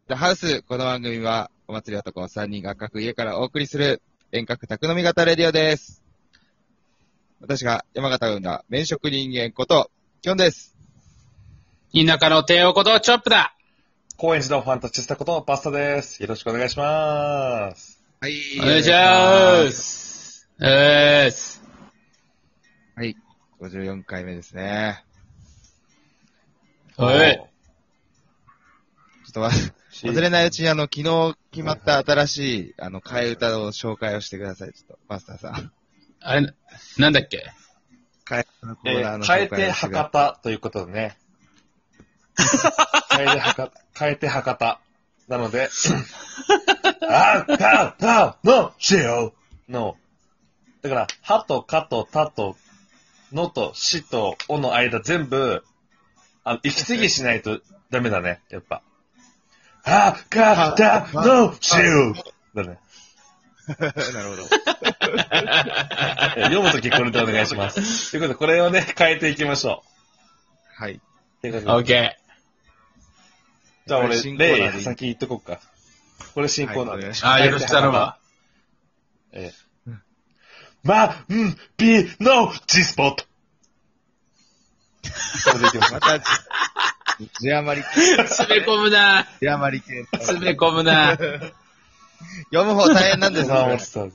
ザ・ハウス。この番組は、お祭り男3人が各家からお送りする遠隔宅飲み型レディオです。私が山形が生んだ麺食人間こと、キョンです。 田舎の帝王ことチョップだ。 高円寺のファンタチスタことパスタです。よろしくお願いします。 はい。 お願いします。 はい。54回目ですね。 はい。 ちょっと忘れないうちに昨日決まった新しい、替え歌を紹介をしてください。ちょっと、パスタさん。 あれ、なんだっけ？ 替え歌のコーナーの紹介を変えて博多ということでね。変えて博多。なので、あたたのしようの。だから、はとかとたとのとしとおの間全部、息継ぎしないとダメだね、やっぱ。はかたのしようだね。 なるほど。 読むときこれでお願いします。ということで、これをね、変えていきましょう。はい。 オッケー。 じゃあ俺、例先言っとこうか。これ新コーナーで。 はい、よろしく頼むわ。 ピの G スポット。それでいきます。 また、字余り系。 詰め込むな。 字余り系。 詰め込むな。 読む方大変なんですよ。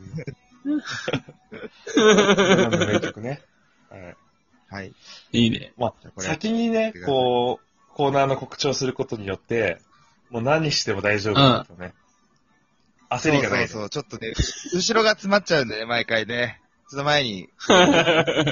名曲ね。 はい。 いいね。 まあ、先にね、こう、コーナーの告知をすることによって、もう何しても大丈夫だとね。焦りがない、ね。 そう。ちょっとね、後ろが詰まっちゃうんでね、毎回ね。ちょっと前に。 はい。と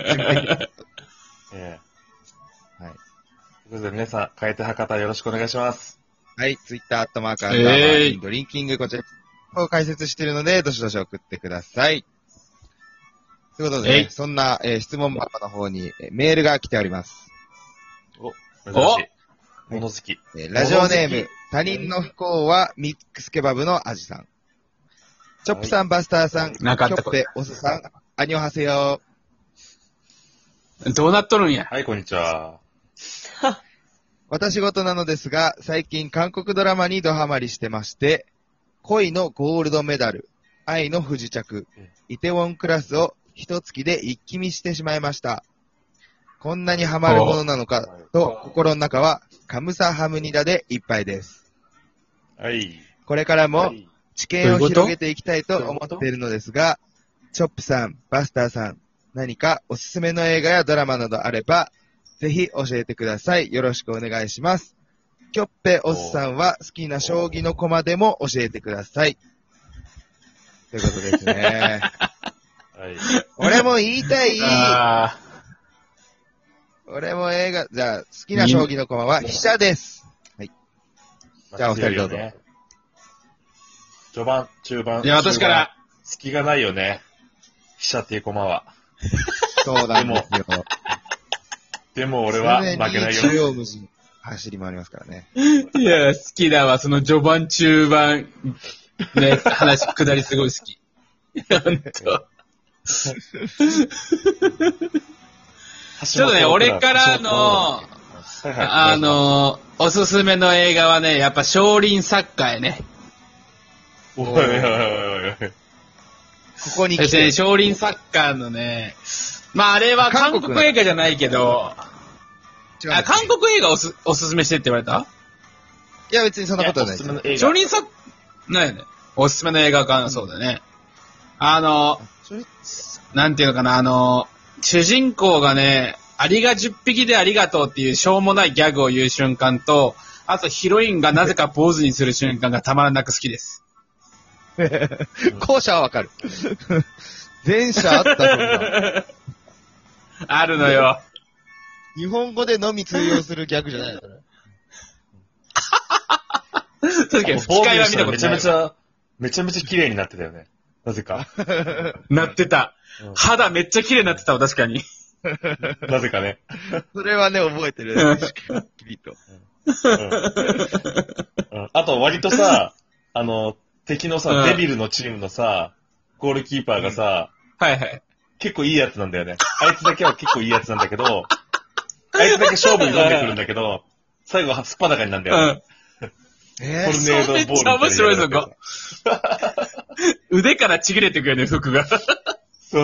いうことで皆さん、変えて博多よろしくお願いします。 はい、ツイッター@マーキンドリンキングこちらを解説しているので、どしどし送ってください。ということでね、そんな、質問箱の方に、メールが来ております。 珍しい。物好き。 ラジオネーム、他人の不幸はミックスケバブの味さん。チョップさん、バスターさん、キョッペ、オスさん、アニョハセヨ。 どうなっとるんや。 はい、こんにちは。 私事なのですが、最近韓国ドラマにドハマりしてまして、恋のゴールドメダル、愛の不時着、イテウォンクラスを一月で一気見してしまいました。こんなにハマるものなのかと、心の中はカムサハムニダでいっぱいです。 はい。 これからも知見を広げていきたいと思っているのですが、チョップさん、バスターさん、何かおすすめの映画やドラマなどあれば、ぜひ教えてください。よろしくお願いします。キョッペオスさんは好きな将棋の駒でも教えてください。ということですね。 はい。 俺も言いたい。俺も映画、じゃあ、好きな将棋の駒は飛車です。はい。じゃあ、お二人どうぞ。 序盤、中盤。 いや、私から。 隙がないよね。飛車っていう駒は。 そうなんですよ。 でも俺は負けないよ。 中央無尽走り回りますからね。 いや、好きだわ。その序盤、中盤、ね、話、下りすごい好き。ほんと。ちょっとね、俺からの、おすすめの映画はね、やっぱ少林サッカーやね。 おい。 ここに来て。 少林サッカーのね、まああれは韓国映画じゃないけど、韓国映画おすすめしてって言われた？ いや別にそんなことはないですよ。 少林サッカー、なんやね。おすすめの映画か、そうだね。なんていうのかな、主人公がね、アリが10匹でありがとうっていうしょうもないギャグを言う瞬間と、あとヒロインがなぜかポーズにする瞬間がたまらなく好きです。 後者はわかる。前者あったそんな。 あるのよ。 日本語でのみ通用するギャグじゃないのかな。 確かに吹き替えは見たことない。 めちゃめちゃ綺麗になってたよね。なぜか。 なってた。肌めっちゃ綺麗になってたわ、確かに。 なぜかね。 それはね、覚えてる。きりと。 あと、割とさ、敵のさ、デビルのチームのさ、ゴールキーパーがさ、 はいはい。 結構いいやつなんだよね。あいつだけは結構いいやつなんだけど、あいつだけ勝負に挑んでくるんだけど、最後はスパダカになんだよね。 トルネードボールみたいな。 めっちゃ面白いぞ、こ腕からちぎれてくよね、服が。 そう。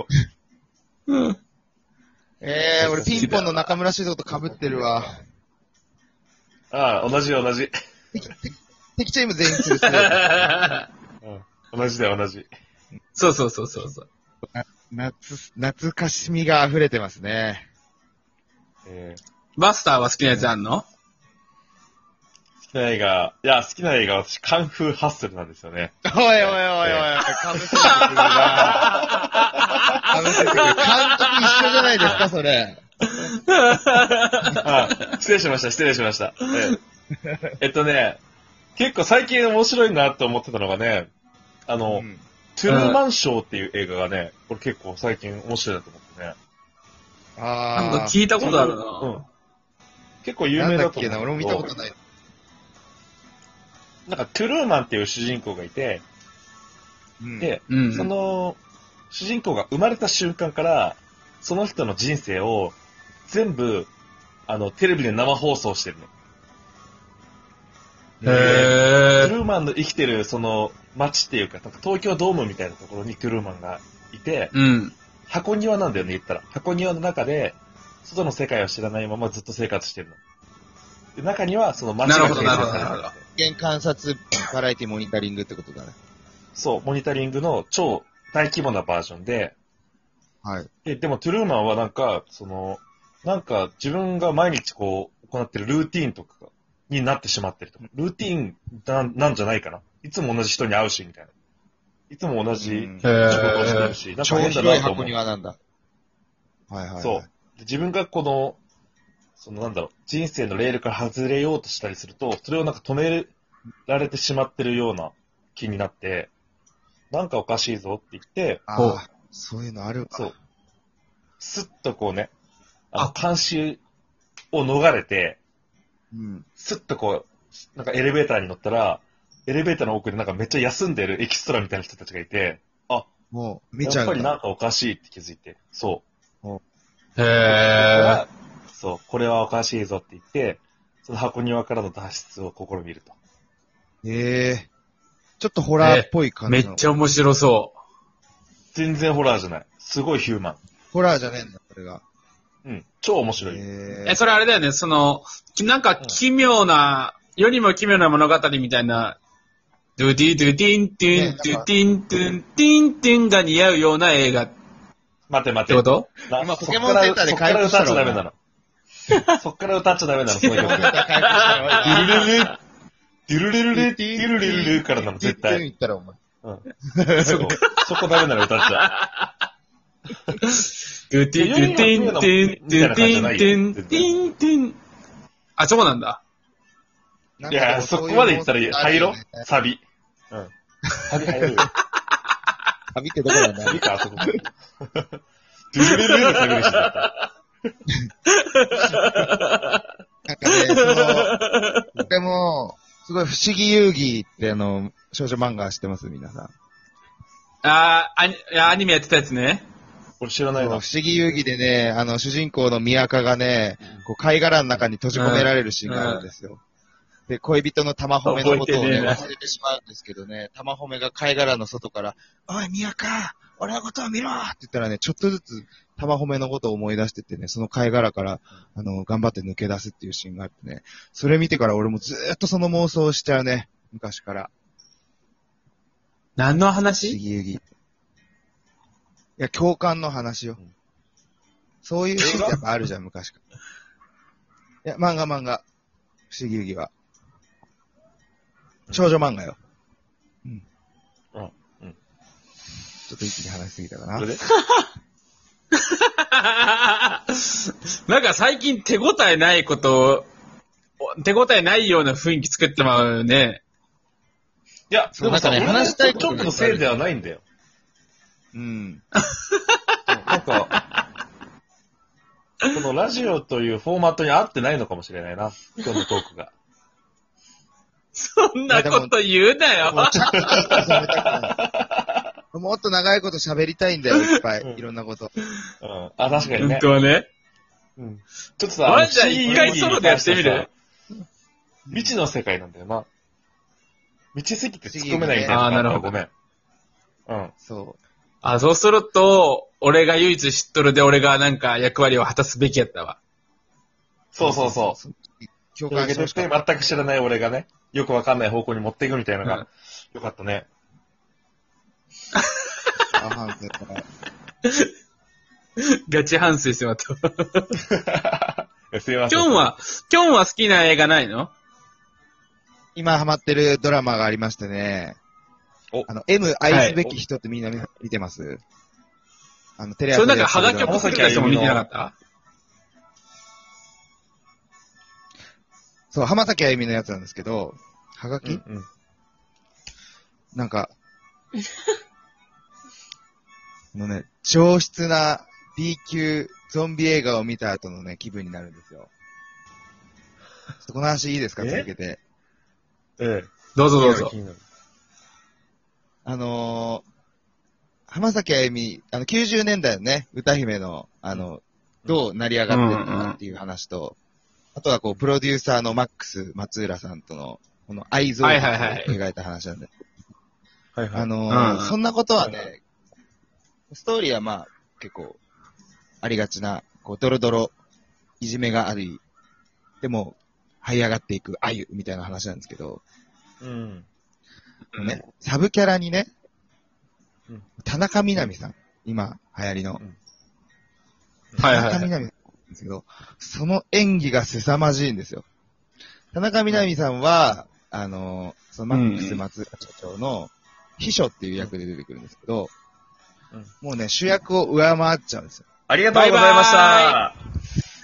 うん。 俺ピンポンの中村獅童と被ってるわ。 ああ、同じ。 敵チーム全員する。 同じだよ、同じ。 そう。 懐かしみが溢れてますね。 バスターは好きなやつあんの？ 好きな映画、私、カンフーハッスルなんですよね。 おい、かぶせてくるな。かぶせてくる。監督一緒じゃないですか、それ。 失礼しました。結構最近面白いなって思ってたのがね、トゥルーマンショーっていう映画がね、これ結構最近面白いなと思ってね。 なんか聞いたことあるな。 結構有名だと思う。 なんだっけな、俺も見たことない。 なんかトゥルーマンっていう主人公がいて、で、その主人公が生まれた瞬間から、その人の人生を全部、テレビで生放送してるの。トゥルーマンの生きてる、その、街っていうか、東京ドームみたいなところにトゥルーマンがいて、箱庭なんだよね、言ったら。箱庭の中で、外の世界を知らないままずっと生活してるの。で、中には、その街が形成されてる。 人間観察バラエティモニタリングってことだね。 そう、モニタリングの超大規模なバージョンで、 はい。 でもトゥルーマンはなんか自分が毎日こう行ってるルーティーンとかになってしまってると。ルーティーンなんじゃないかな。いつも同じ人に会うし、みたいな。いつも同じ仕事をしてるし、なんか変だなと思う。 箱庭なんだ。はい。 そう。で自分が人生のレールから外れようとしたりすると、それをなんか止められてしまってるような気になって、なんかおかしいぞって言って、 そういうのあるわ。 そう。スッとこうね、監視を逃れて、スッとこう、なんかエレベーターに乗ったら、エレベーターの奥でなんかめっちゃ休んでるエキストラみたいな人たちがいて、 もう見ちゃう。 やっぱりなんかおかしいって気づいて、そう。そう、これはおかしいぞって言って、その箱庭からの脱出を試みると。 ちょっとホラーっぽい感じ。 めっちゃ面白そう。 全然ホラーじゃない。すごいヒューマン。 ホラーじゃねえんだ、これが。 超面白い。 それあれだよね、なんか世にも奇妙な物語みたいな、ドゥディドゥディンドゥンドゥディンドゥンディンドゥンが似合うような映画。 待て。 ってこと？ 今ポケモンセンターで回復したらそっから歌っちゃダメなの、その曲。デュルルル、デュルルルル、デュルルルルからなの、絶対。 言ったらお前。 そこダメなら歌っちゃう。 ドゥティドゥティンドゥンドゥティンドゥンドゥンドゥンドゥン。あ、そうなんだ。 いや、そこまで言ったら入ろう、サビ。サビ入るよ。 サビってどこなんだサビか、あそこ。ドゥルルルルのサビにしてた。 なんかね、でも、すごい不思議遊戯って少女漫画知ってます皆さん。 アニメやってたやつね。 俺知らないな。 不思議遊戯でね、主人公の宮香がね、こう貝殻の中に閉じ込められるシーンがあるんですよ。で、恋人の玉褒めのことをね、忘れてしまうんですけどね、玉褒めが貝殻の外から、おい、宮香俺のことを見ろって言ったらね、ちょっとずつ玉褒めのことを思い出してってね、その貝殻から、頑張って抜け出すっていうシーンがあってね、それ見てから俺もずーっとその妄想をしちゃうね、昔から。 何の不思話？ 議遊戯。いや、共感の話よ。そういうシーンってやっぱあるじゃん、昔から。いや、漫画。不思議遊戯は。少女漫画よ。ちょっと一気に話しすぎたかな。 なんか最近手応えないような雰囲気作ってまうね。 いや、でもなんかね、話したいことちょっとのせいではないんだよ。 なんか、このラジオというフォーマットに合ってないのかもしれないな、今日のトークが。 そんなこと言うなよ。 もっと長いこと喋りたいんだよ、いっぱい。いろんなこと。 確かにね。 本当はね。 ちょっとさ、 じゃあ一回ソロでやってみる？ 未知の世界なんだよな。未知すぎて突っ込めないみたいな。 あーなるほどごめん。うん。 そあ、そうすると、俺が唯一知っとるで俺がなんか役割を果たすべきやったわ。 そうそうそう。 う。共広げてって感してほしかった。 全く知らない俺がね、よくわかんない方向に持っていくみたいなのが、よかったね。 あ、反省だね。 ガチ反省してまった。 すいません。 キョンは好きな映画ないの？ 今ハマってるドラマがありましてね。 お M 愛すべき人ってみんな見てます？テレそれ朝でなんかハガキやってるドラマを作った人も見てなかった？ そう、浜崎あゆみのやつなんですけど、はがき、 うんうん。 なんか、上質な B 級ゾンビ映画を見た後のね、気分になるんですよ。ちょっとこの話いいですか、続けて。 ええ。 どうぞどうぞ気。になる。 浜崎あゆみ、90年代のね、歌姫の、どう成り上がってるのかっていう話と、あとはこう、プロデューサーのマックス松浦さんとの、この愛憎をはいはいはい描いた話なんで。 はいはい。 うんそんなことはね、ストーリーはまあ、結構、ありがちな、こう、ドロドロ、いじめがあり、でも、這い上がっていくあゆみたいな話なんですけど、 うん。 ね、サブキャラにね、 うん田中みな実さん、今流行りの、 はいはいはい。 田中みな実さんなんですけど、その演技が凄まじいんですよ。田中みな実さんは、そのマックス松浦社長の秘書っていう役で出てくるんですけど、 うんもうね、主役を上回っちゃうんですよ。 ありがとうございました。